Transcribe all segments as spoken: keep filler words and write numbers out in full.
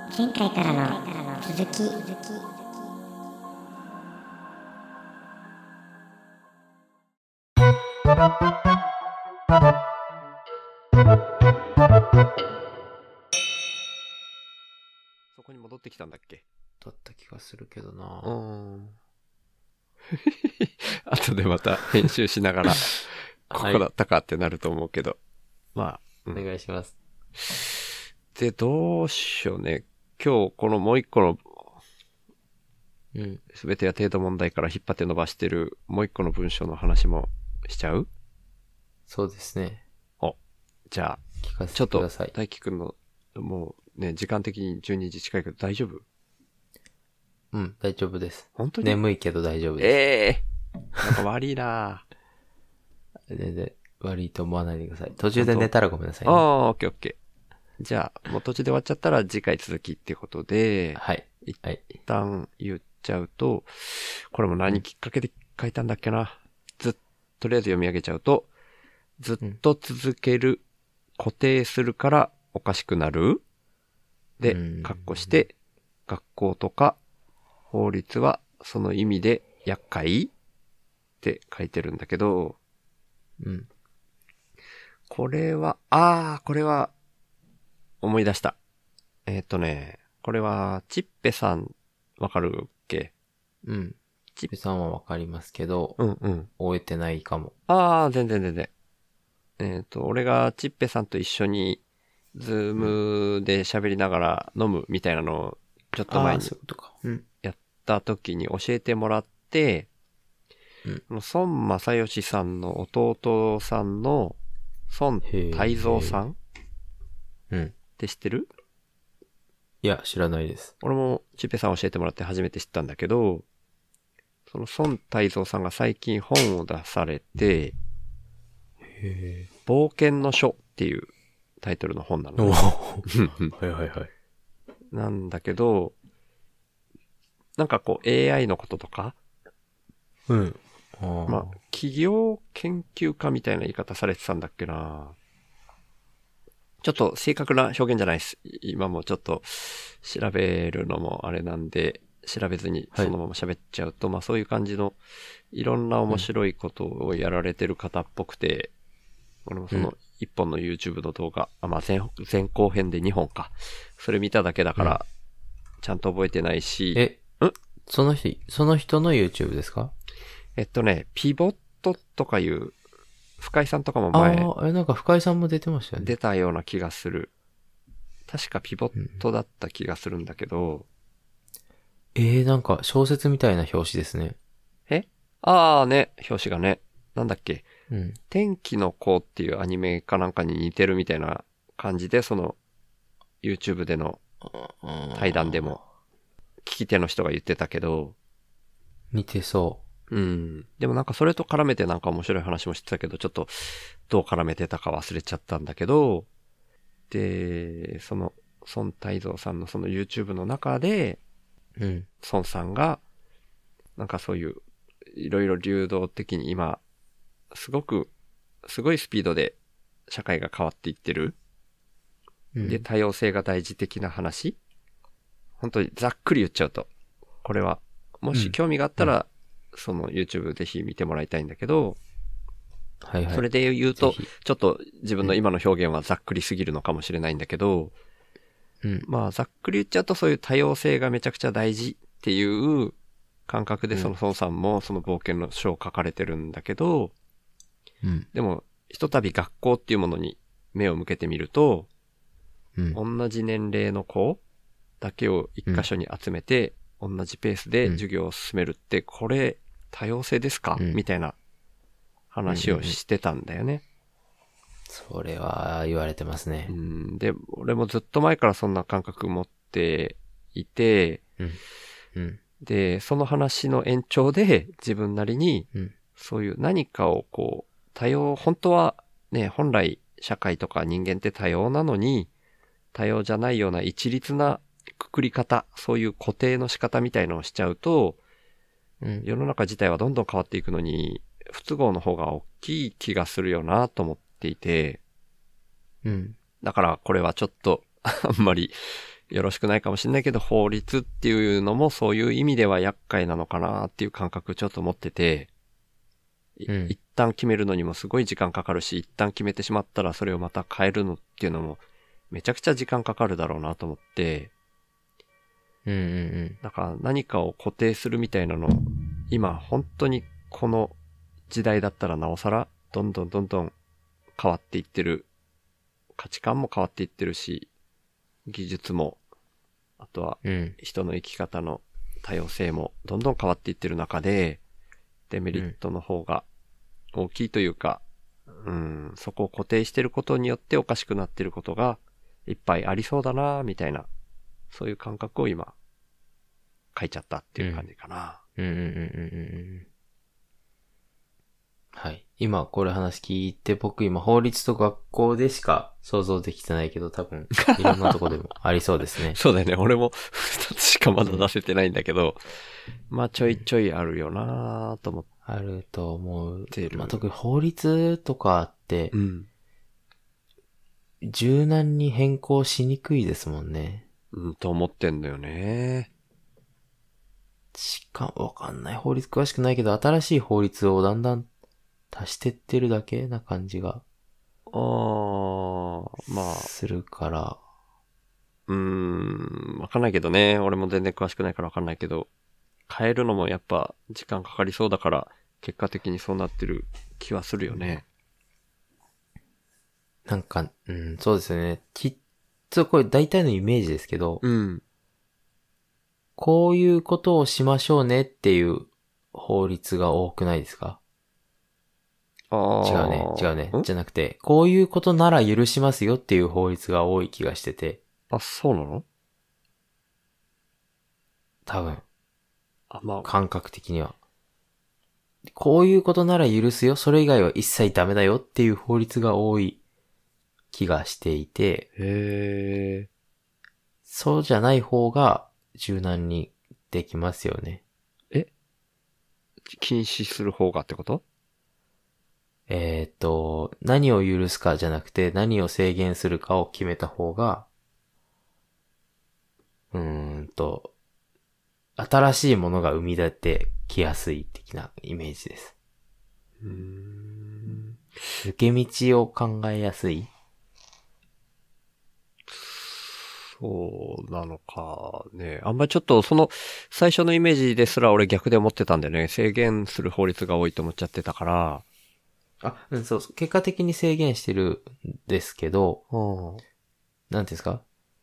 前回からの続き。 そこに戻ってきたんだっけ？ だった気がするけどな。 うーん。後でまた編集しながらここだったかってなると思うけど、まあ、 うん、お願いします。 で、どうしようね。今日このもう一個のうん。 すべては程度問題から引っ張って伸ばしてるもう一個の文章の話もしちゃう？ そうですね。 お、じゃあ、 聞かせちょってとください。 大輝くんのもうね、時間的にじゅうにじ近いけど大丈夫？ うん、大丈夫です。 本当に？ 眠いけど大丈夫です。 ええー、なんか悪いな全然悪いと思わないでください。途中で寝たらごめんなさいね。 ああ、オッケーオッケー。じゃあ、もう途中で終わっちゃったら次回続きってことで、 はい。はい。 一旦言っちゃうと、これも何きっかけで書いたんだっけな。ずっとりあえず読み上げちゃうと、ずっと続ける、固定するからおかしくなるで、括弧して、学校とか法律はその意味で厄介って書いてるんだけど、 うん。 これは、あー、これは思い出した。えっとね、これは、チッペさん、わかるっけ？ うん。チッペさんはわかりますけど、 うんうん。 終えてないかも。 ああ、全然全然。えっと、俺がチッペさんと一緒に、ズームで喋りながら飲むみたいなのを、ちょっと前にやった時に教えてもらって、うん、孫正義さんの弟さんの孫泰造さんって知ってる？ いや、知らないです。 俺もチッペさん教えてもらって初めて知ったんだけど、その孫泰造さんが最近本を出されて、 へ冒険の書っていうタイトルの本なの、ね。 はいはいはい。 なんだけど、なんかこう エーアイ のこととか、 うん。あまあ、企業研究家みたいな言い方されてたんだっけな。ちょっと正確な表現じゃないです。今もちょっと調べるのもあれなんで、調べずにそのまま喋っちゃうと、はい、まあそういう感じのいろんな面白いことをやられてる方っぽくて、うん、俺もその一本の YouTube の動画、あまあ前、前後編でにほんか。それ見ただけだから、ちゃんと覚えてないし。 うん、えんその人、その人の YouTube ですか？ えっとね、ピボットとかいう、深井さんとかも前。 ああ、え、なんか深井さんも出てましたよね。 出たような気がする。確かピボットだった気がするんだけど。 うん、えー、なんか小説みたいな表紙ですね。 え？ああね、表紙がね。なんだっけ。 うん。 天気の子っていうアニメかなんかに似てるみたいな感じで、その YouTube での対談でも聞き手の人が言ってたけど。 似てそう。 うん。でもなんかそれと絡めてなんか面白い話もしてたけど、ちょっとどう絡めてたか忘れちゃったんだけど、で、その孫泰造さんのその YouTube の中で、 うん。 孫さんが、なんかそういういろいろ流動的に今、すごく、すごいスピードで社会が変わっていってる。うん、で、多様性が大事的な話。本当にざっくり言っちゃうと、これは、もし興味があったら、うんうんその YouTube ぜひ見てもらいたいんだけど、 はいはい。 それで言うと、ちょっと自分の今の表現はざっくりすぎるのかもしれないんだけど、うん、まあざっくり言っちゃうとそういう多様性がめちゃくちゃ大事っていう感覚でその孫さんもその冒険の書を書かれてるんだけど、うん、でもひとたび学校っていうものに目を向けてみると、うん、同じ年齢の子だけを一箇所に集めて、同じペースで授業を進めるって、これ多様性ですか、うん、みたいな話をしてたんだよね、 うんうんうん。それは言われてますね。 うん。で、俺もずっと前からそんな感覚持っていて、うんうん、で、その話の延長で自分なりに、そういう何かをこう、多様、本当はね、本来社会とか人間って多様なのに、多様じゃないような一律なくくり方、そういう固定の仕方みたいのをしちゃうと、うん、世の中自体はどんどん変わっていくのに、不都合の方が大きい気がするよなと思っていて、うん、だからこれはちょっとあんまりよろしくないかもしれないけど、法律っていうのもそういう意味では厄介なのかなっていう感覚ちょっと持ってて、うん、一旦決めるのにもすごい時間かかるし、一旦決めてしまったらそれをまた変えるのっていうのもめちゃくちゃ時間かかるだろうなと思って、 うんうんうん。 だから何かを固定するみたいなの、今本当にこの時代だったらなおさらどんどんどんどん変わっていってる。価値観も変わっていってるし、技術も、あとは人の生き方の多様性もどんどん変わっていってる中で、デメリットの方が大きいというか、うん、そこを固定してることによっておかしくなってることがいっぱいありそうだなみたいな、そういう感覚を今書いちゃったっていう感じかな。 うんうんうんうんうん。はい。今これ話聞いて、僕今法律と学校でしか想像できてないけど、多分いろんなとこでもありそうですね。 そうだよね。俺も二つしかまだ出せてないんだけど、うん、まあちょいちょいあるよなと思って。 あると思う。まあ特に法律とかって、うん、柔軟に変更しにくいですもんね。 うん、と思ってんだよね。 しかわかんない。法律詳しくないけど、新しい法律をだんだん足してってるだけな感じが。 ああ、まあ。 するから。 うーん、わかんないけどね。俺も全然詳しくないからわかんないけど、変えるのもやっぱ時間かかりそうだから、結果的にそうなってる気はするよね。 なんか、うん、そうですよね。きっとこれ大体のイメージですけど、 うん。 こういうことをしましょうねっていう法律が多くないですか？ あ違うね、違うね。じゃなくて、こういうことなら許しますよっていう法律が多い気がしてて。 あ、そうなの？ 多分。 あ、まあ。 感覚的には。こういうことなら許すよ、それ以外は一切ダメだよっていう法律が多い気がしていて。 へー。 そうじゃない方が柔軟にできますよね。 え？禁止する方がってこと？ えーっと、何を許すかじゃなくて何を制限するかを決めた方が、うーんと、新しいものが生み出てきやすい的なイメージです。 うーん。 抜け道を考えやすい？ そうなのかね。あんまりちょっとその最初のイメージですら俺逆で思ってたんだよね。制限する法律が多いと思っちゃってたから。 あ、うん、そう、結果的に制限してるんですけど、 うん、 なんていうんですか？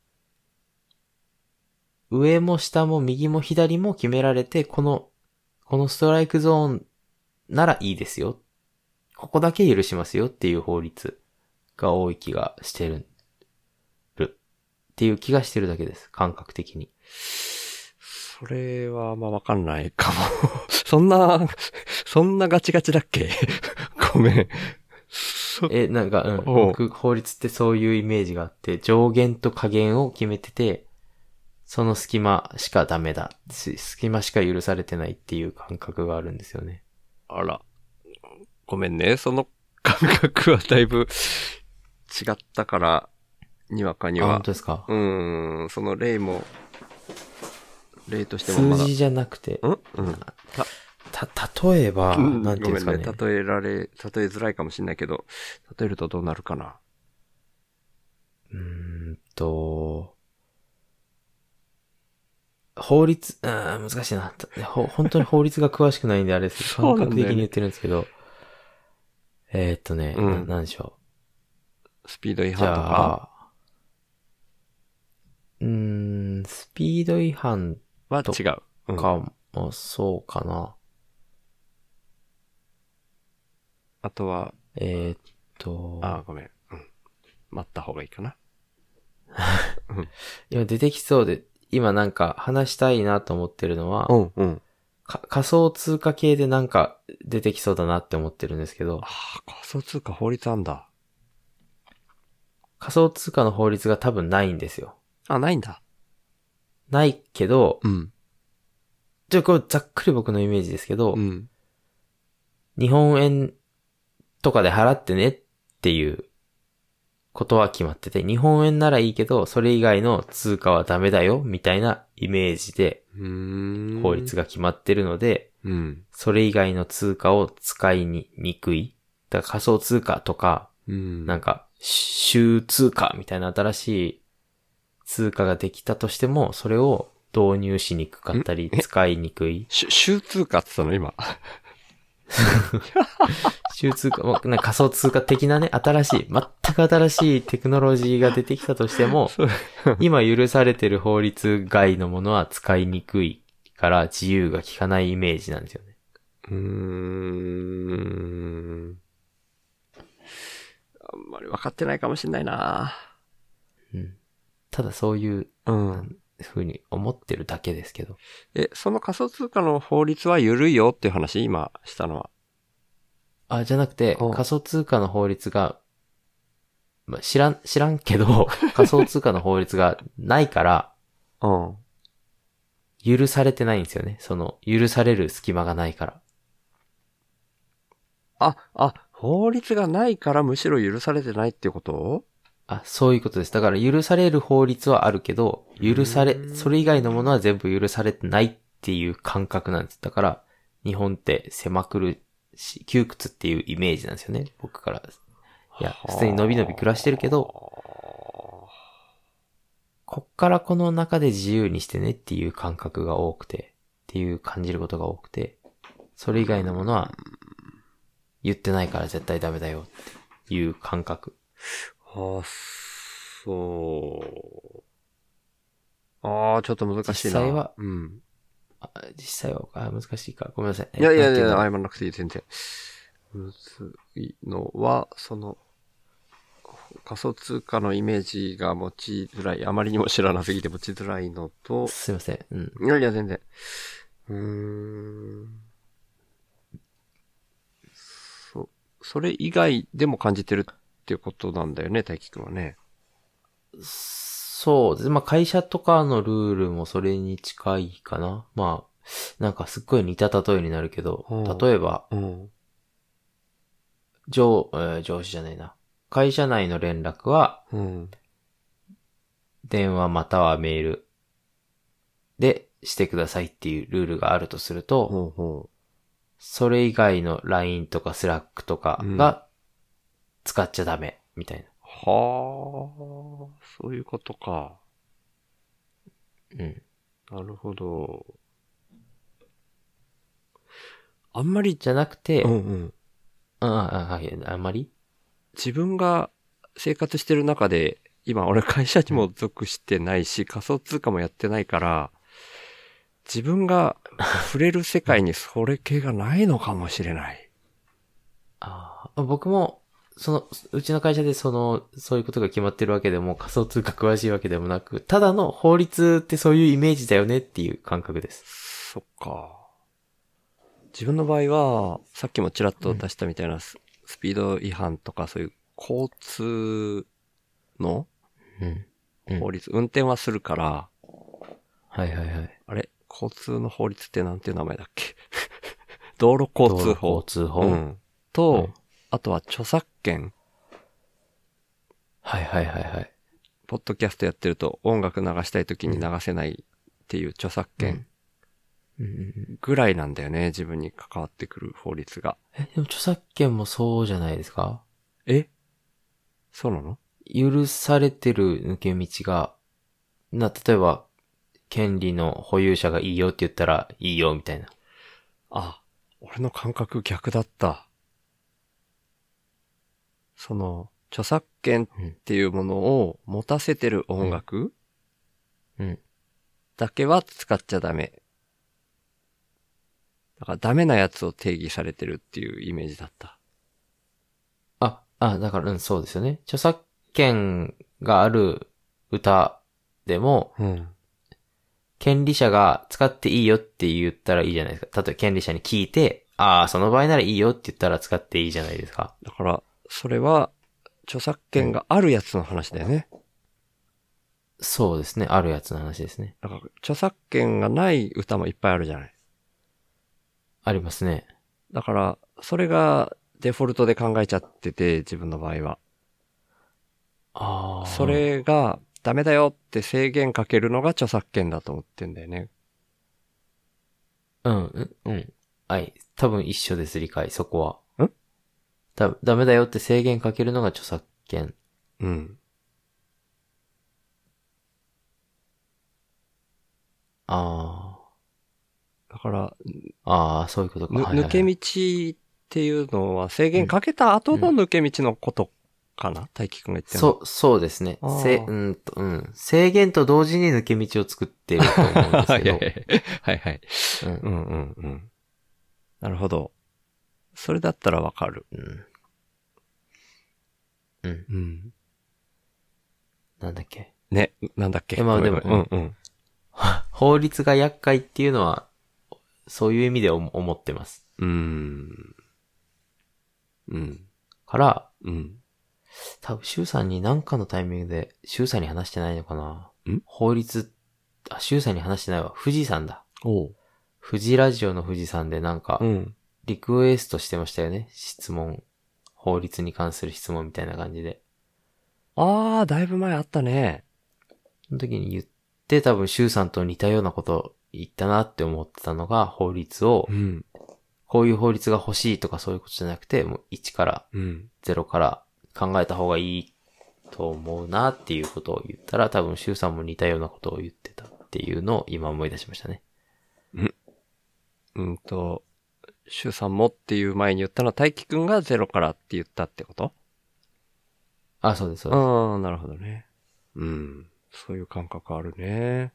上も下も右も左も決められて、この、このストライクゾーンならいいですよ。ここだけ許しますよっていう法律が多い気がしてる。る。っていう気がしてるだけです。感覚的に。 それはあんまわかんないかも。そんな、そんなガチガチだっけ？ごめん。 え、なんか、うん。僕、法律ってそういうイメージがあって、上限と下限を決めてて、その隙間しかダメだ。隙間しか許されてないっていう感覚があるんですよね。 あら。ごめんね。その感覚はだいぶ違ったから、にわかには。 あ、本当ですか？ うーん。その例も、例としてもまだ。 数字じゃなくて。 んうん。 た、た、例えば、うん、なんていうんですかね。 ごめんね。例えられ、例えづらいかもしれないけど、例えるとどうなるかな。 うーんと、法律、うん、難しいな。ほ、本当に法律が詳しくないんであれです。感覚的に言ってるんですけど。えー、っとね、うん、な、なんでしょう。スピード違反とかうーん、スピード違反は違う。 うん、かも、そうかな。 あとは、 えー、っと。 あ、ごめん。うん。待った方がいいかな。 今出てきそうで、今なんか話したいなと思ってるのは、 うんうん、 か仮想通貨系でなんか出てきそうだなって思ってるんですけど。 ああ、仮想通貨法律あんだ。 仮想通貨の法律が多分ないんですよ。 あ、ないんだ。 ないけど、 うん。 じゃあこれざっくり僕のイメージですけど、 うん、 日本円とかで払ってねっていうことは決まってて、日本円ならいいけど、それ以外の通貨はダメだよ、みたいなイメージで、法律が決まってるので、 うん、 それ以外の通貨を使いににくい。だから仮想通貨とか、 うん、 なんか、州通貨みたいな新しい通貨ができたとしても、それを導入しにくかったり、使いにくい。 州通貨って言ったの今。 州通貨、もうなんか仮想通貨的なね、新しい、全く新しいテクノロジーが出てきたとしても、今許されてる法律外のものは使いにくいから自由が利かないイメージなんですよね。 うーん。あんまり分かってないかもしれないな。 うん。ただそういう、 うん。 ふうに思ってるだけですけど。 え、その仮想通貨の法律は緩いよっていう話今したのは。 あ、じゃなくて、仮想通貨の法律が、まあ、知らん、知らんけど、仮想通貨の法律がないから、 うん。 許されてないんですよね。その、許される隙間がないから。 あ、あ、法律がないからむしろ許されてないっていうこと？ あ、そういうことです。だから許される法律はあるけど、許され、それ以外のものは全部許されてないっていう感覚なんです。だから、日本って狭苦し、窮屈っていうイメージなんですよね。僕から。いや、普通にのびのび暮らしてるけど、こっからこの中で自由にしてねっていう感覚が多くて、っていう感じることが多くて、それ以外のものは言ってないから絶対ダメだよっていう感覚。 あ、そう。ああ、ちょっと難しいな。 実際は、 うん。 実際は、あ難しいか。ごめんなさい。 いやいやいや、謝らなくていい、全然。むずいのは、その、仮想通貨のイメージが持ちづらい。あまりにも知らなすぎて持ちづらいのと。 すいません。うん。 いやいや、全然。うーん。そ、それ以外でも感じてるっていうことなんだよね、大輝くんはね。 そうです。まあ、会社とかのルールもそれに近いかな。まあ、なんかすっごい似た例えになるけど、うん、例えば、うん、上、えー、上司じゃないな。会社内の連絡は、うん、電話またはメールでしてくださいっていうルールがあるとすると、うんうん、それ以外の ライン とか スラック とかが使っちゃダメみたいな。 はあ、そういうことか。 うん。 なるほど。あんまり。 じゃなくて、 うんうん。 ああ、はい、あんまり自分が生活してる中で、今俺会社にも属してないし、仮想通貨もやってないから、自分が触れる世界にそれ系がないのかもしれない。 ああ、僕も、その、うちの会社でその、そういうことが決まってるわけでも、仮想通貨詳しいわけでもなく、ただの法律ってそういうイメージだよねっていう感覚です。 そっか。自分の場合は、さっきもちらっと出したみたいなス、うん、スピード違反とかそういう交通の法律、うんうん、運転はするから、 はいはいはい。 あれ交通の法律ってなんていう名前だっけ道路交通法。 道路交通法。 うん。と、うん、あとは著作権。 はいはいはいはい。 ポッドキャストやってると音楽流したい時に流せないっていう著作権。ぐらいなんだよね、自分に関わってくる法律が。 え、でも著作権もそうじゃないですか？ え？そうなの？ 許されてる抜け道が、な、例えば、権利の保有者がいいよって言ったらいいよみたいな。 あ、俺の感覚逆だった。その、著作権っていうものを持たせてる音楽、うん、うん、だけは使っちゃダメ。だからダメなやつを定義されてるっていうイメージだった。 あ、あ、だから、うん、そうですよね。著作権がある歌でも、うん、権利者が使っていいよって言ったらいいじゃないですか。例えば権利者に聞いて、ああ、その場合ならいいよって言ったら使っていいじゃないですか。 だから、それは、著作権があるやつの話だよね。うん、 そうですね。あるやつの話ですね。 だから、著作権がない歌もいっぱいあるじゃない。 ありますね。 だから、それがデフォルトで考えちゃってて、自分の場合は。 ああ。 それがダメだよって制限かけるのが著作権だと思ってんだよね。 うん、うん、うん。はい。多分一緒です、理解、そこは。 んだ、ダメだよって制限かけるのが著作権。 うん。 あだから、 あ。ああ、そういうことか。 ぬはいはいはい抜け道っていうのは制限かけた後の抜け道のことかな、大輝くんが言ってるの。 そう、そうですね。 あーせ、うんと、うん。制限と同時に抜け道を作ってると思うんですけど。 いやいやいやはいはい。 うんうんうんうん。なるほど。それだったらわかる。 うん。うん。 うん。 なんだっけ。 ね、なんだっけ。 えまあごめんごめんでもうんうん。 法律が厄介っていうのは、そういう意味で思思ってます。 うーん。うん。 から、 うん。 多分、シュウさんに何かのタイミングで、シュウさんに話してないのかなん法律、あ、シュウさんに話してないわ。富士山だ。 おう。 富士ラジオの富士山でなんか、 うん。 リクエストしてましたよね。質問。法律に関する質問みたいな感じで。 あー、だいぶ前あったね。 その時に言って多分シュウさんと似たようなこと言ったなって思ってたのが法律をう、ん。 こういう法律が欲しいとかそういうことじゃなくて、もういちからうん。 ゼロから考えた方がいいと思うなっていうことを言ったら多分シュウさんも似たようなことを言ってたっていうのを今思い出しましたね。 うんと、シュウさんもっていう前に言ったのは大輝くんがゼロからって言ったってことあ、そうです、そうです。 ああ、なるほどね。うん。そういう感覚あるね。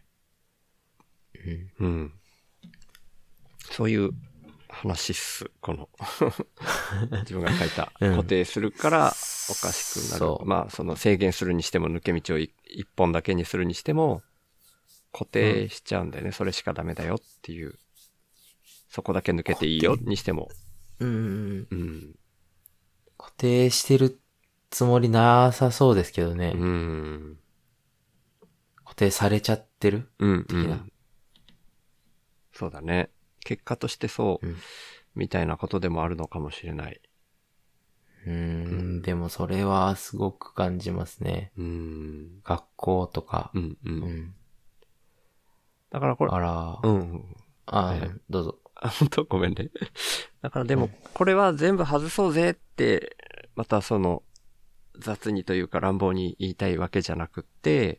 うん。 うん。そういう話っす。この自分が書いたうん固定するからおかしくなる。 そうまあ、その制限するにしても抜け道をい一本だけにするにしても固定しちゃうんだよね。それしかダメだよっていう。そこだけ抜けていいよにしても。 うんうんうん。 うん。 固定してるつもりなさそうですけどね。 うん。 固定されちゃってるうん。う的な。 ん。そうだね。結果としてそう、 うんみたいなことでもあるのかもしれない。 うーん、でもそれはすごく感じますね。 うん。 学校とか。 うん。う。 うんん。 だからこれ、 あら、 うん。 あ、 ええどうぞ。 あ、本当ごめんね。だからでも、これは全部外そうぜって、またその、雑にというか乱暴に言いたいわけじゃなくって、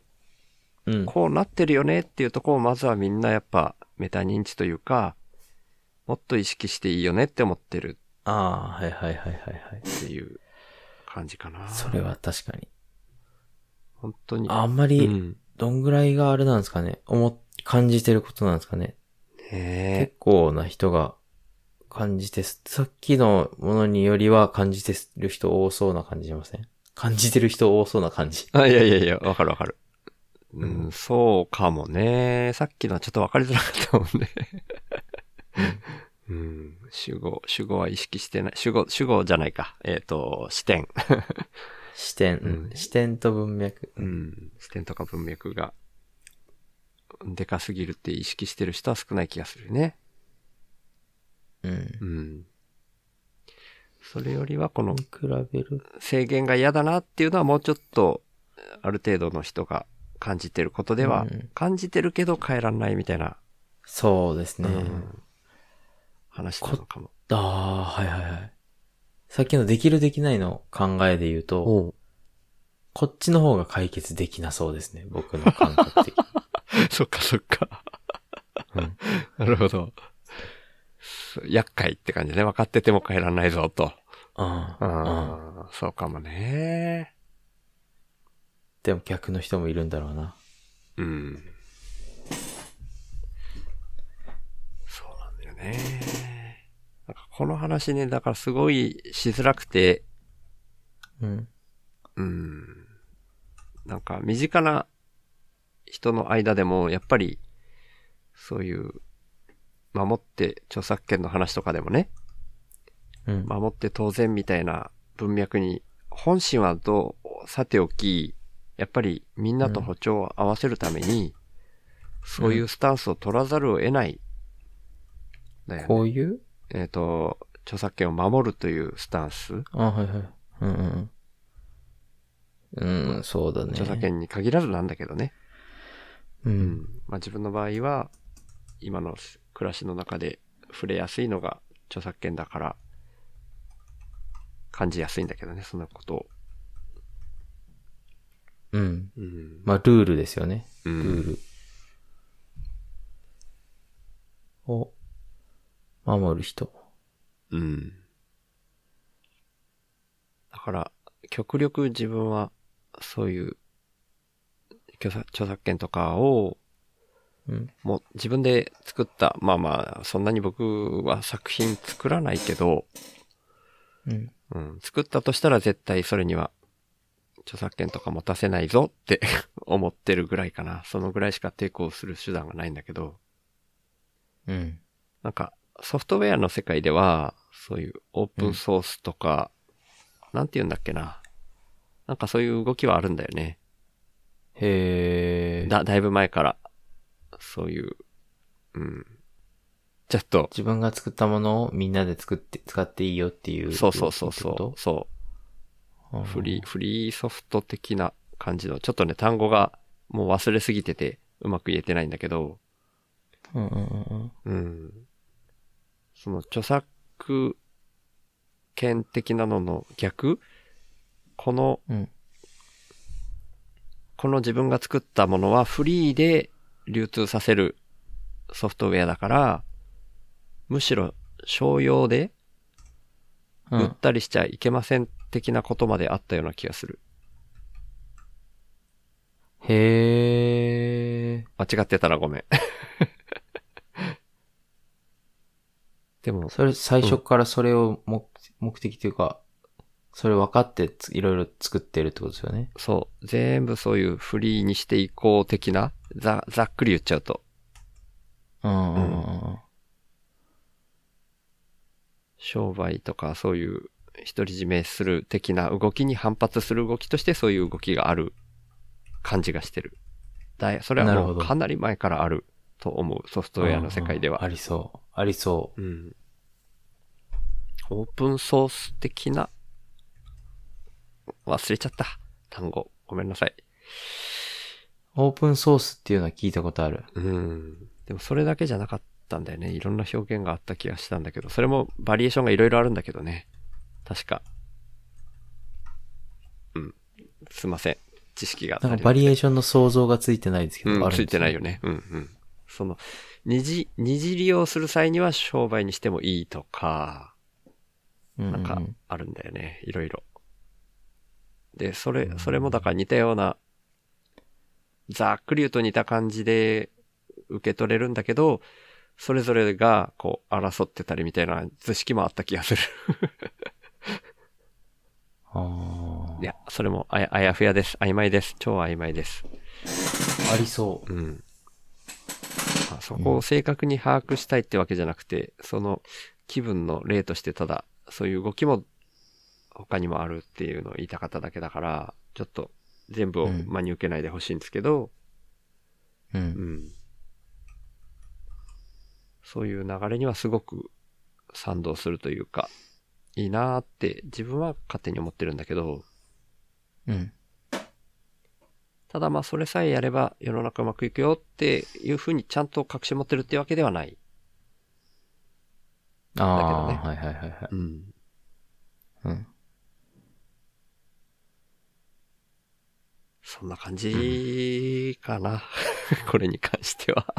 うん。 こうなってるよねっていうところをまずはみんなやっぱメタ認知というか、もっと意識していいよねって思ってるああ、はいはいはいはいはい。 っていう感じかな。 それは確かに。 本当に。 あんまり、 うん。 どんぐらいがあれなんですかね。思っ、感じてることなんですかね。 ね結構な人が感じてす、さっきのものによりは感じてる人多そうな感じしません？感じてる人多そうな感じ。 え。あ、いやいやいや、わかるわかる。うん、そうかもね。さっきのはちょっとわかりづらかったもんね。うん、主語、主語は意識してない。主語、主語じゃないか。えっ、と、視点。 視点、 うん視点と文脈。 うん、視点とか文脈が、でかすぎるって意識してる人は少ない気がするね。 うん。 うん。それよりはこの比べる。 制限が嫌だなっていうのはもうちょっと、ある程度の人が感じてることでは、 うん感じてるけど変えらんないみたいな、 そうですね。 うん話なのかも。 ああ、はいはいはい。さっきのできるできないの考えで言うと、 おうこっちの方が解決できなそうですね。僕の感覚的に。 そっかそっか。 うんなるほど。そう厄介って感じね。分かってても変えらんないぞと。 うん。うん。 ああ、そうかもね。 でも逆の人もいるんだろうな。 うん。そうなんだよね。なんかこの話ね、だからすごいしづらくて、 うん。 うん。なんか身近な人の間でも、やっぱり、そういう、守って著作権の話とかでもね、 うん。 守って当然みたいな文脈に、本心はどう、さておき、やっぱりみんなと歩調を合わせるために、そういうスタンスを取らざるを得ない。だよね。 こういうえっと、著作権を守るというスタンス。 あはいはい。うんうんうん、そうだね。 著作権に限らずなんだけどね。 う。 うんん。まあ自分の場合は、今の暮らしの中で触れやすいのが著作権だから、感じやすいんだけどね、そんなことを。 うん。 うん。 まあ、ルールですよね。 うん、 ルール。を守る人。 うん。だから、極力自分は、そういう著作、著作権とかを、 うん。 もう自分で作った、まあまあ、そんなに僕は作品作らないけど、 うん。 うん、作ったとしたら絶対それには著作権とか持たせないぞって思ってるぐらいかな。そのぐらいしか抵抗する手段がないんだけど、 うん。 なんかソフトウェアの世界では、そういうオープンソースとか、うん、なんて言うんだっけな。なんかそういう動きはあるんだよね。 へー。 だ、だいぶ前から、そういう、うん。ちょっと。 自分が作ったものをみんなで作って、使っていいよっていう。 そうそうそうそう。そう。フリー、 ーフリーソフト的な感じの、ちょっとね、単語がもう忘れすぎてて、うまく言えてないんだけど、 うんうんうんうん。その著作権的なのの逆、この、 うん。 この自分が作ったものはフリーで流通させるソフトウェアだから、むしろ商用で売ったりしちゃいけません的なことまであったような気がする。 へー。 間違ってたらごめん。でも、 それ、最初からそれを目、目的というか、それ分かってついろいろ作ってるってことですよね。 そう。全部そういうフリーにしていこう的な、ざ、ざっくり言っちゃうと。 うんうんうんうん。 商売とかそういう独り占めする的な動きに反発する動きとしてそういう動きがある感じがしてる。だい、それはもうかなり前からあると思う。ソフトウェアの世界では。 ありそう。ありそう。 うん。オープンソース的な、忘れちゃった。単語。ごめんなさい。 オープンソースっていうのは聞いたことある。 うん。でもそれだけじゃなかったんだよね。いろんな表現があった気がしたんだけど、それもバリエーションがいろいろあるんだけどね。確か。うん。すいません。知識が足りなくて。 なんかバリエーションの想像がついてないですけど、 うん、 あるんですついてないよね。うんうん。その、二次、二次利用する際には商売にしてもいいとか、 うんうんうん、 なんかあるんだよね。いろいろ。で、それ、それもだから似たような、ざっくり言うと似た感じで受け取れるんだけど、それぞれがこう争ってたりみたいな図式もあった気がする。 あいや、それもあや、あやふやです。曖昧です。超曖昧です。 ありそう。 うん。まあ、そこを正確に把握したいってわけじゃなくて、うん、その気分の例としてただ、そういう動きも他にもあるっていうのを言いたかっただけだから、ちょっと全部を真に受けないでほしいんですけど、 うん。うんうんそういう流れにはすごく賛同するというか、いいなーって自分は勝手に思ってるんだけど、 うん。 ただまあそれさえやれば世の中うまくいくよっていうふうにちゃんと確信持ってるってわけではない。 ああ、 だけどね。 はいはいはいはい。 うん。 うん。 そんな感じかな。これに関しては。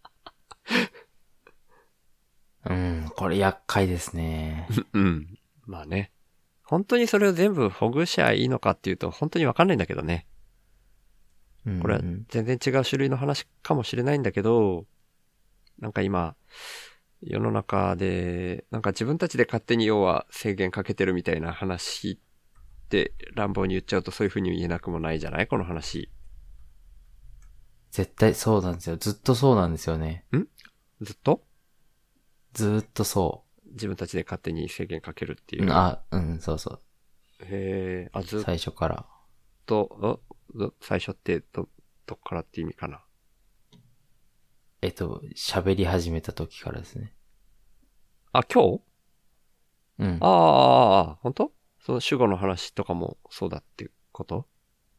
うん、これ厄介ですね。 うん。まあね。本当にそれを全部ほぐしゃいいのかっていうと本当にわかんないんだけどね。これは全然違う種類の話かもしれないんだけど、なんか今、世の中で、なんか自分たちで勝手に要は制限かけてるみたいな話って乱暴に言っちゃうとそういう風に言えなくもないじゃないこの話。 絶対そうなんですよ。ずっとそうなんですよね。 んずっとずっとそ自分たちで勝手に制限かけるっていう。 う。 うん、あ、うん、そうそう。 へえ、あ、ずっ最初から。 と、あ最初ってど、どっからって意味かな。 えっと、喋り始めた時からですね。 あ、今日うん。 ああ、本当その主語の話とかもそうだっていうこと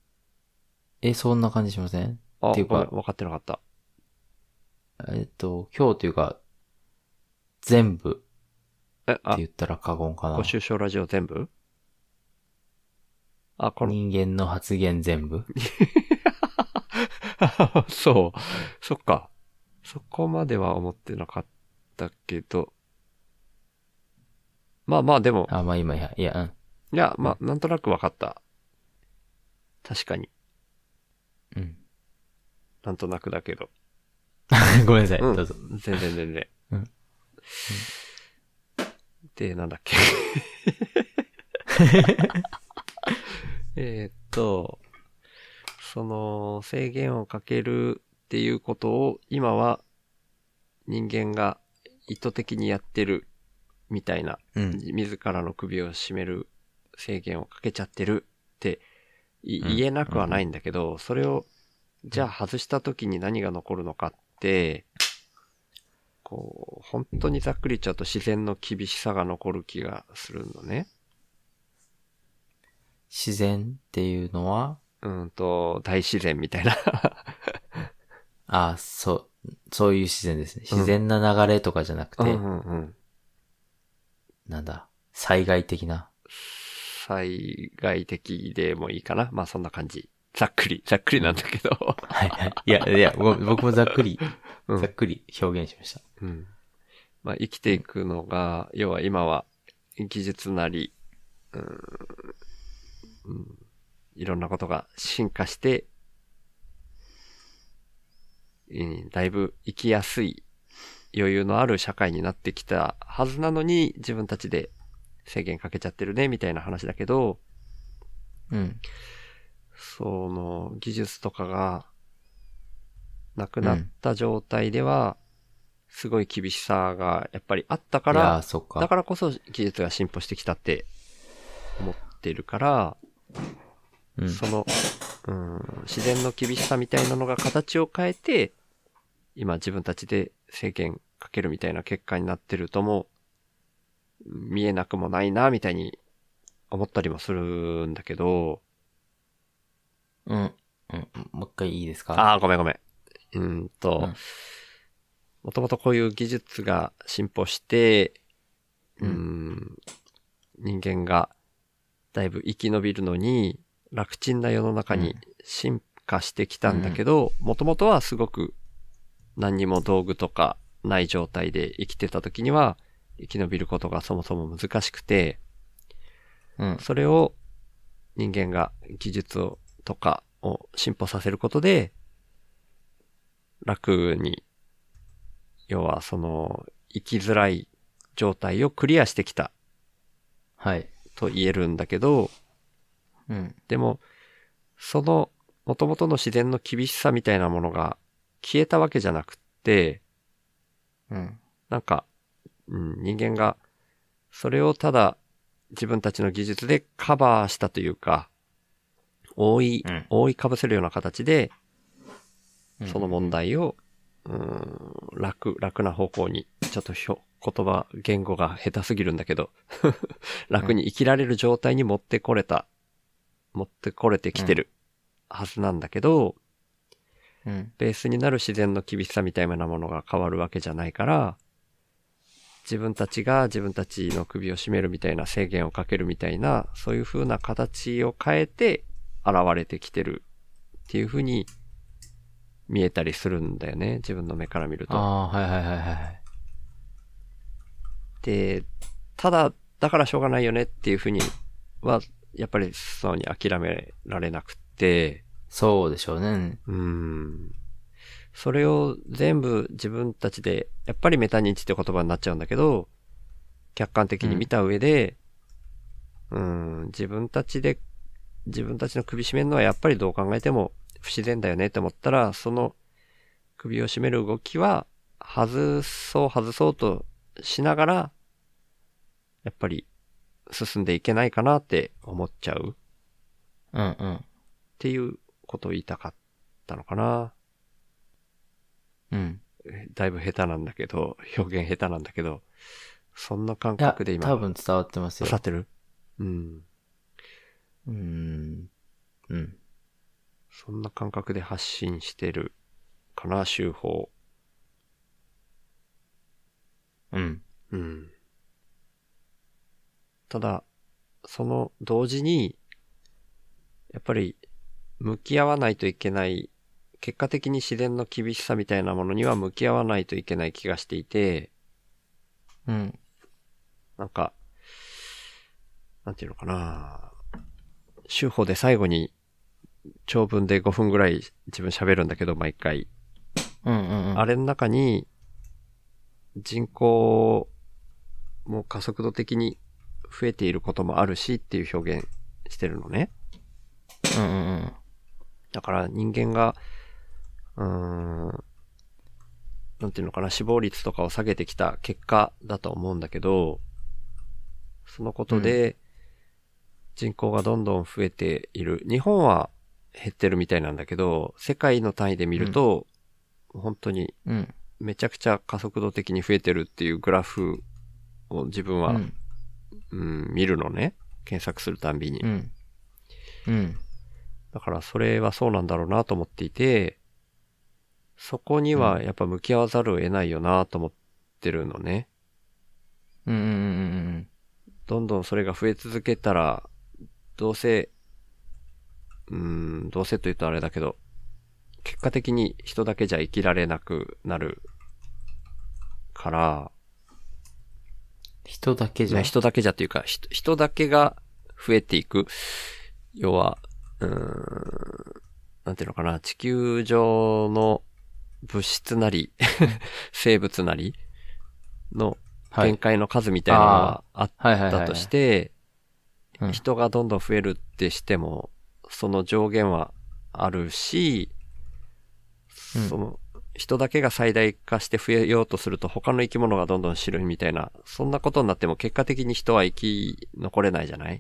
え、そんな感じしません？ あ、 っていうか、 ごめん分かってなかった。 えっと、今日というか、全部え、 ってあ、 言ったら過言かな。 ご愁傷ラジオ全部あ、この、 人間の発言全部そう。そっか。そこまでは思ってなかったけど。まあまあでも、 あ、まあ今や、いや、うん。 いや、まあなんとなく分かった。確かに。 うん。 なんとなくだけど。 ごめんなさい、 うん。 どうぞ。 全然全然。 うん。 で、なんだっけ。えーっと、その制限をかけるっていうことを今は人間が意図的にやってるみたいな、 うん。 自らの首を絞める制限をかけちゃってるっていうん言えなくはないんだけど、それをじゃあ外した時に何が残るのかって、こう、本当にざっくり言っちゃうと自然の厳しさが残る気がするのね。 自然っていうのは、 うんと、大自然みたいな。 あ、そう、そういう自然ですね。自然な流れとかじゃなくて、 うんうんうん。 なんだ、災害的な。 災害的でもいいかな。まあそんな感じ。ざっくり、ざっくりなんだけど。 はいはい。いや、いや、ご僕もざっくり、 うんざっくり表現しました。 うん。まあ生きていくのが、要は今は技術なり、うん、うん、いろんなことが進化して、うん、だいぶ生きやすい余裕のある社会になってきたはずなのに自分たちで制限かけちゃってるねみたいな話だけど、 うん。 その技術とかがなくなった状態では、すごい厳しさがやっぱりあったかいやら、 ー、そっか。 だからこそ技術が進歩してきたって思ってるから、 うん、 その、うん、自然の厳しさみたいなのが形を変えて、今自分たちで制限かけるみたいな結果になってるとも、見えなくもないな、みたいに思ったりもするんだけど、 うん。うん。もう一回いいですか？ ああ、ごめんごめん。うんと、 うんもともとこういう技術が進歩して、ううんん、人間がだいぶ生き延びるのに楽ちんな世の中に進化してきたんだけど、もともとはすごく何にも道具とかない状態で生きてた時には生き延びることがそもそも難しくて、 うん。 それを人間が技術をとかを進歩させることで楽に、要はその生きづらい状態をクリアしてきたはい。 と言えるんだけど、 うん。 でもその元々の自然の厳しさみたいなものが消えたわけじゃなくって、 うん。 なんか、うん、人間がそれをただ自分たちの技術でカバーしたというか、覆い、 うん覆いかぶせるような形で、 うんその問題を、うーん、楽、楽な方向に、ちょっとひょ言葉、言語が下手すぎるんだけど、楽に生きられる状態に持ってこれた、持ってこれてきてるはずなんだけど、 うん。 ベースになる自然の厳しさみたいなものが変わるわけじゃないから、自分たちが自分たちの首を絞めるみたいな制限をかけるみたいな、そういう風な形を変えて現れてきてるっていう風に見えたりするんだよね。自分の目から見ると。 ああ、はいはいはいはい。 で、ただ、だからしょうがないよねっていう風には、やっぱり素直に諦められなくって、 そうでしょうね。 うーん。それを全部自分たちで、やっぱりメタ認知って言葉になっちゃうんだけど、客観的に見た上で、うん、自分たちで、自分たちの首絞めるのはやっぱりどう考えても不自然だよねって思ったら、その首を絞める動きは、外そう外そうとしながら、やっぱり進んでいけないかなって思っちゃううんうん。 っていうことを言いたかったのかな。 うん。 だいぶ下手なんだけど、表現下手なんだけど、そんな感いや、 覚で今。 多分伝わってますよ。 刺さってる？うん。 うーん。うん。 そんな感覚で発信してるかな、手法。 うん。 うん。ただ、その同時に、やっぱり向き合わないといけない、結果的に自然の厳しさみたいなものには向き合わないといけない気がしていて、 うん。 なんか、なんていうのかな、手法で最後に長文でごふんぐらい自分喋るんだけど、毎回。 うんうんうん。 あれの中に、人口も加速度的に増えていることもあるしっていう表現してるのね。 うんうんうん。 だから人間が、うーん、なんていうのかな、死亡率とかを下げてきた結果だと思うんだけど、そのことで人口がどんどん増えている。日本は減ってるみたいなんだけど、世界の単位で見ると、うん、本当にめちゃくちゃ加速度的に増えてるっていうグラフを自分は、うんうん、見るのね。検索するたんびに。 うんうん、 だからそれはそうなんだろうなと思っていて、そこにはやっぱ向き合わざるを得ないよなと思ってるのね。 うんうんうんうん。 どんどんそれが増え続けたら、どうせ、うーん、どうせと言うとあれだけど、結果的に人だけじゃ生きられなくなるから、 人だけじゃ、 ね、人だけじゃっていうか、人、人だけが増えていく。要は、うーん、なんていうのかな、地球上の物質なり、生物なりの限界の数みたいなのがあったとして、人がどんどん増えるってしても、その上限はあるし、うん、その人だけが最大化して増えようとすると他の生き物がどんどん死ぬみたいな、そんなことになっても結果的に人は生き残れないじゃない？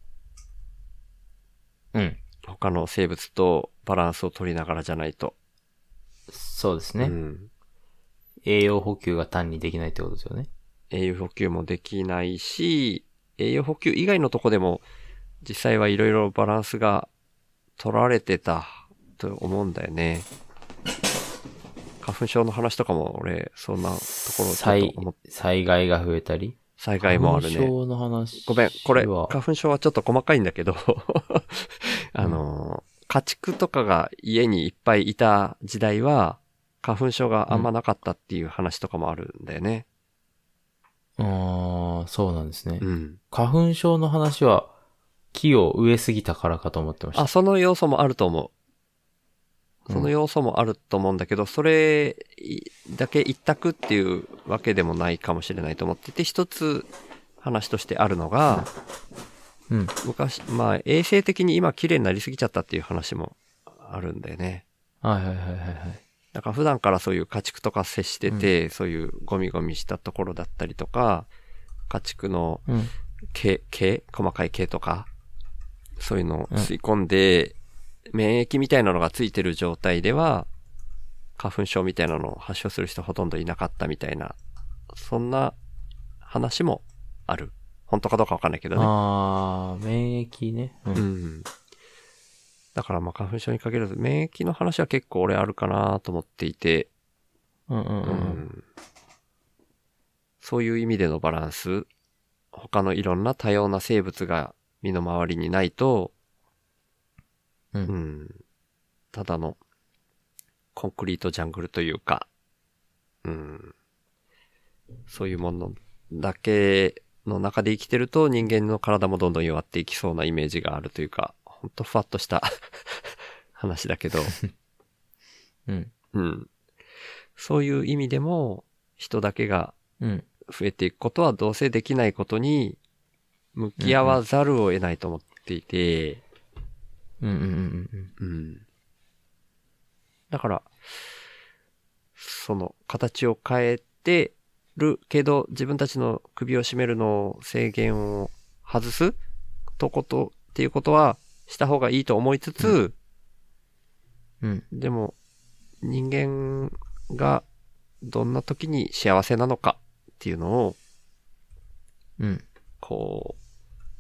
うん。 他の生物とバランスを取りながらじゃないと。 そうですね。 うん、 栄養補給が単にできないってことですよね。 栄養補給もできないし、栄養補給以外のとこでも実際はいろいろバランスが取られてたと思うんだよね。花粉症の話とかも俺そんなところちょっと思って、 災害が増えたり災害もあるね。 花粉症の話。 ごめん、これ花粉症はちょっと細かいんだけどあの、うん、家畜とかが家にいっぱいいた時代は花粉症があんまなかったっていう話とかもあるんだよね。 うん、ああ、そうなんですね。 うん。 花粉症の話は木を植えすぎたからかと思ってました。 あ、その要素もあると思う。その要素もあると思うんだけど、うん、それだけ一択っていうわけでもないかもしれないと思ってて、一つ話としてあるのが、 うん、 昔、まあ衛生的に今綺麗になりすぎちゃったっていう話もあるんだよね。 はいはいはいはいはい。 だから普段からそういう家畜とか接してて、うん、そういうゴミゴミしたところだったりとか、家畜の毛、毛、細かい毛とか、そういうのを吸い込んで、うん、免疫みたいなのがついてる状態では、花粉症みたいなのを発症する人ほとんどいなかったみたいな、そんな話もある。本当かどうかわかんないけどね。 ああ、免疫ね。 うん。うん、だからまあ花粉症に限らず、免疫の話は結構俺あるかなと思っていて、 うんうんうんうん、 そういう意味でのバランス、他のいろんな多様な生物が身の回りにないと、 うんうん、ただのコンクリートジャングルというか、うん、そういうものだけの中で生きてると人間の体もどんどん弱っていきそうなイメージがあるというか、ほんとふわっとした話だけど、 うん、 うん、そういう意味でも人だけが増えていくことはどうせできないことに向き合わざるを得ないと思っていて、 うんうんうんうんうん、だからその形を変えてるけど自分たちの首を絞めるのを制限を外すとことっていうことはした方がいいと思いつつ、 うんうん、 でも人間がどんな時に幸せなのかっていうのを、 うん、 こう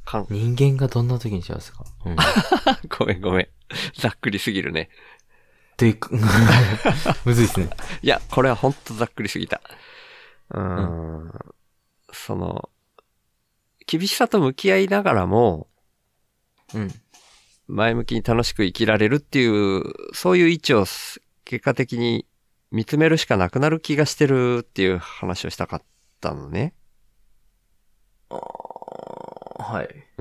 かん人間がどんな時に幸せか。うん。 ごめんごめん。ざっくりすぎるね。 でか、むずいっすね。 いや、これはほんとざっくりすぎた。うーん。うん、その、厳しさと向き合いながらも、 うん。 前向きに楽しく生きられるっていう、そういう位置を結果的に見つめるしかなくなる気がしてるっていう話をしたかったのね。 あはい。 うん。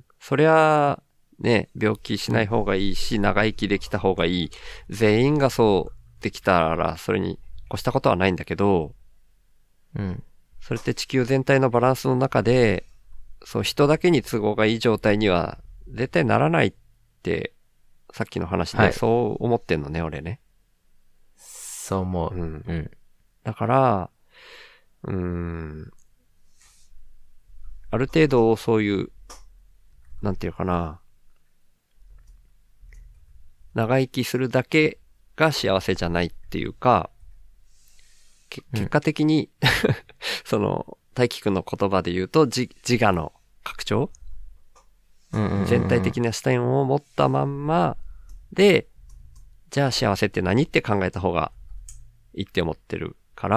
そりゃ、ね、病気しない方がいいし、長生きできた方がいい。全員がそうできたら、それに越したことはないんだけど、 うん。 それって地球全体のバランスの中で、そう、人だけに都合がいい状態には絶対ならないって、さっきの話でそう思ってんのね、はい、俺ね。 そう思う。 うん。 うん。 だから、うーん。ある程度そういう、なんていうかな。長生きするだけが幸せじゃないっていうか、け結果的に、うん、その、大輝くんの言葉で言うと、自自我の拡張、 うんうんうんうん、 全体的な視点を持ったまんまで、じゃあ幸せって何って考えた方がいいって思ってるから、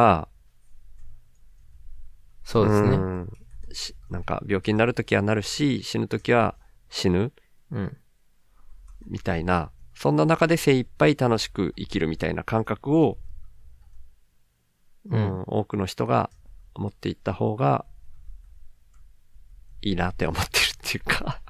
そうですね。 うんしなんか病気になるときはなるし、死ぬときは死ぬ、 うん、 みたいな、そんな中で精一杯楽しく生きるみたいな感覚を、うん、うん、多くの人が持っていった方がいいなって思ってるっていうか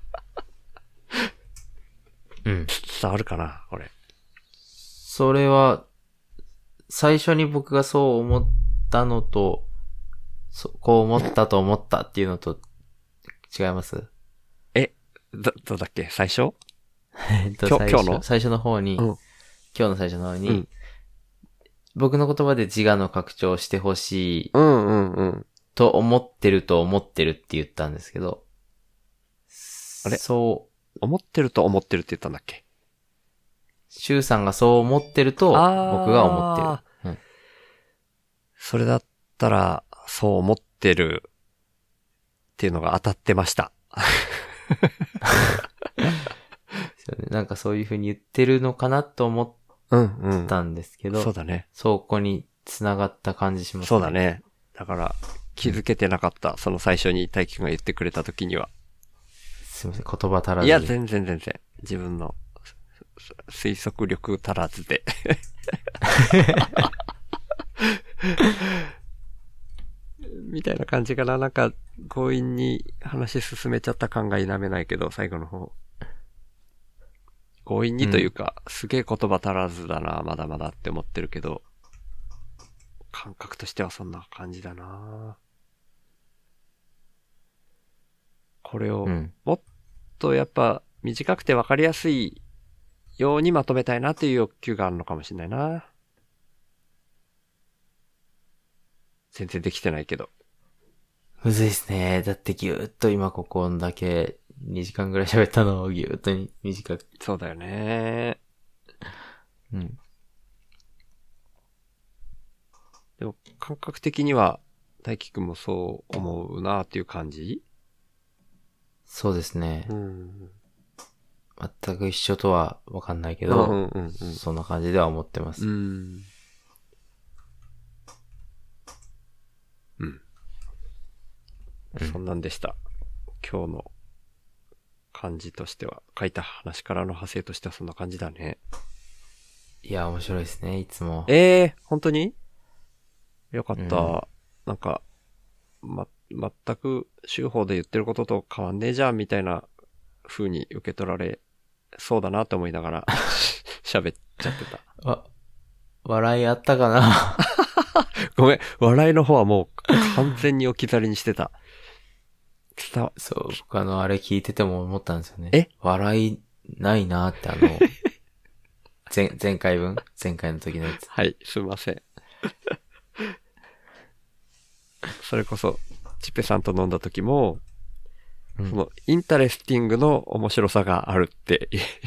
うん。 伝わるかな、これ。 それは、最初に僕がそう思ったのと、そこう思ったと思ったっていうのと違います？ え、ど、どうだっけ最初えっと、 今日、今日の最初の方に、うん、今日の最初の方に、うん、僕の言葉で自我の拡張してほしい、 うんうんうん。 と思ってると思ってるって言ったんですけど、 あれそう。 思ってると思ってるって言ったんだっけ？ シュウさんがそう思ってると、僕が思ってる。うん、それだったら、そう思ってるっていうのが当たってました。 なんかそういう風に言ってるのかなと思ったんですけど、 うんうん、そうだね。 そこに繋がった感じしますね。 そうだね。だから気づけてなかった。うん、その最初に大輝くんが言ってくれた時には。 すみません、言葉足らず。 いや、全然全然。自分の推測力足らずで。みたいな感じかな。なんか強引に話進めちゃった感が否めないけど、最後の方。強引にというか、うん、すげえ言葉足らずだな、まだまだって思ってるけど、感覚としてはそんな感じだな。これを、もっとやっぱ短くて分かりやすいようにまとめたいなっていう欲求があるのかもしれないな。全然できてないけど。 むずいっすね。だってぎゅーっと今ここんだけにじかんぐらい喋ったのをぎゅーっと短く。 そうだよね。 うん。 でも感覚的には大輝くんもそう思うなっていう感じ？ そうですね。 うん、 全く一緒とはわかんないけど、 うんうんうん、 そんな感じでは思ってます。 うん。うん。そんなんでした。今日の感じとしては、書いた話からの派生としてはそんな感じだね。 いや、面白いですね、いつも。 ええー、本当に？よかった。うん、なんか、ま、全く手法で言ってることと変わんねえじゃんみたいな風に受け取られそうだなって思いながら喋っちゃってた。 わ、笑いあったかなごめん、笑いの方はもう完全に置き去りにしてた。 そう、僕あの、あれ聞いてても思ったんですよね。 え？ 笑いないなってあの、前、前回分前回の時のやつ。 はい、すいません。それこそ、チッペさんと飲んだ時も、うん、その、インタレスティングの面白さがあるって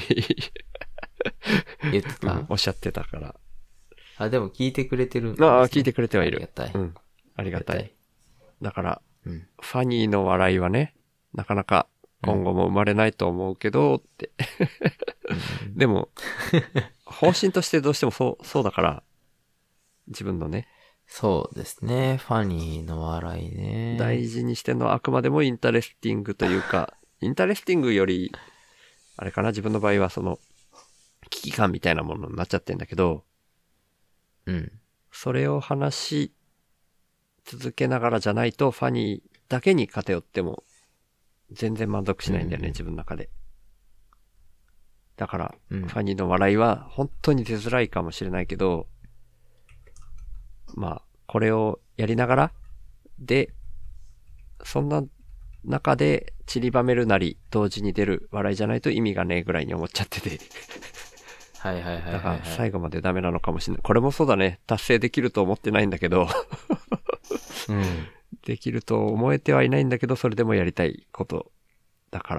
言ってた、うん、 おっしゃってたから。 あ、でも聞いてくれてるんですね。 ああ、聞いてくれてはいる。 ありがたい。 うん。ありがたい。だから、 うん、 ファニーの笑いはね、なかなか今後も生まれないと思うけど、って。でも、方針としてどうしてもそう、そうだから、自分のね。 そうですね。ファニーの笑いね。 大事にしてるのはあくまでもインタレスティングというか、インタレスティングより、あれかな、自分の場合はその、危機感みたいなものになっちゃってんだけど、 うん。 それを話し続けながらじゃないと、ファニーだけに偏っても、全然満足しないんだよね、うん、自分の中で。だから、うん、ファニーの笑いは本当に出づらいかもしれないけど、まあ、これをやりながら、で、そんな中で散りばめるなり、同時に出る笑いじゃないと意味がねえぐらいに思っちゃってて。 はいはいはいはい、はい。 だから最後までダメなのかもしれない。これもそうだね。達成できると思ってないんだけど。 うん。 できると思えてはいないんだけど、それでもやりたいことだから。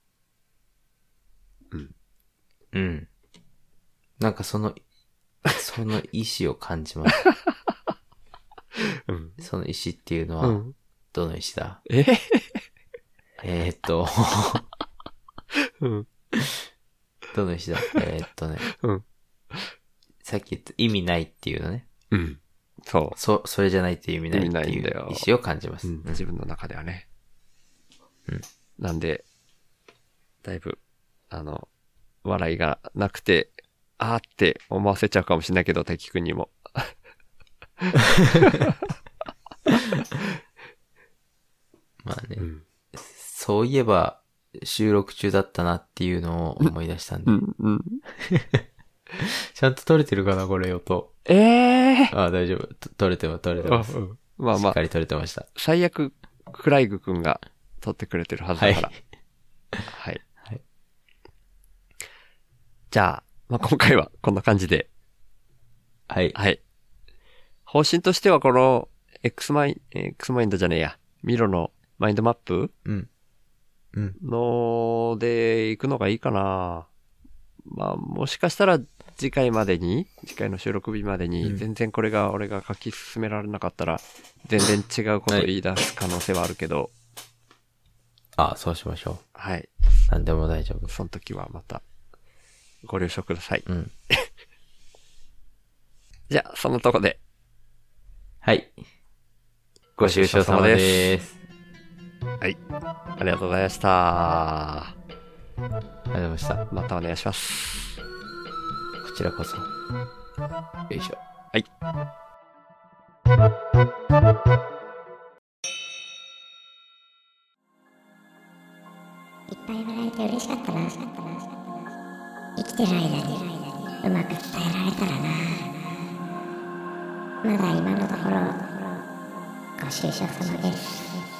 うん。 うん。なんかその、その意志を感じます。 うん、 その意志っていうのは、うん、どの意志だええーっと、 うん、 どの意志だえーっとね、 うん、 さっき言った意味ないっていうのね。 うん。そう。 そ、それじゃないっていう意味ないっていう意思を感じます。 うん、自分の中ではね。 うん。 なんで、だいぶ、あの、笑いがなくて、あーって思わせちゃうかもしれないけど、滝くんにも。 まあね、うん、そういえば収録中だったなっていうのを思い出したんで。 うんうん、 ちゃんと撮れてるかなこれ音。 ええー、 ああ、大丈夫。撮れてます、撮れてます。 うん、まあまあ。 しっかり撮れてました。 最悪、クライグくんが撮ってくれてるはずだから。はい。はい。 はい、 じゃあ、まあ、今回はこんな感じで。 はい。 はい。方針としてはこの X マイン、X マインドじゃねえや。ミロのマインドマップうん。うん。 ので行くのがいいかな。まあもしかしたら次回までに、次回の収録日までに全然これが俺が書き進められなかったら全然違うことを言い出す可能性はあるけど。 はい、ああ、そうしましょう。 はい。 何でも大丈夫。 その時はまたご了承ください。 うん。 じゃあ、そのとこで。 はい。ご愁傷様です。 はい。ありがとうございました。 ありがとうございました。 またお願いします。 こちらこそ。よいしょ。 はい。 いっぱい笑えて嬉しかったな。生きてる間にうまく伝えられたらな。まだ今のところご愁傷様です。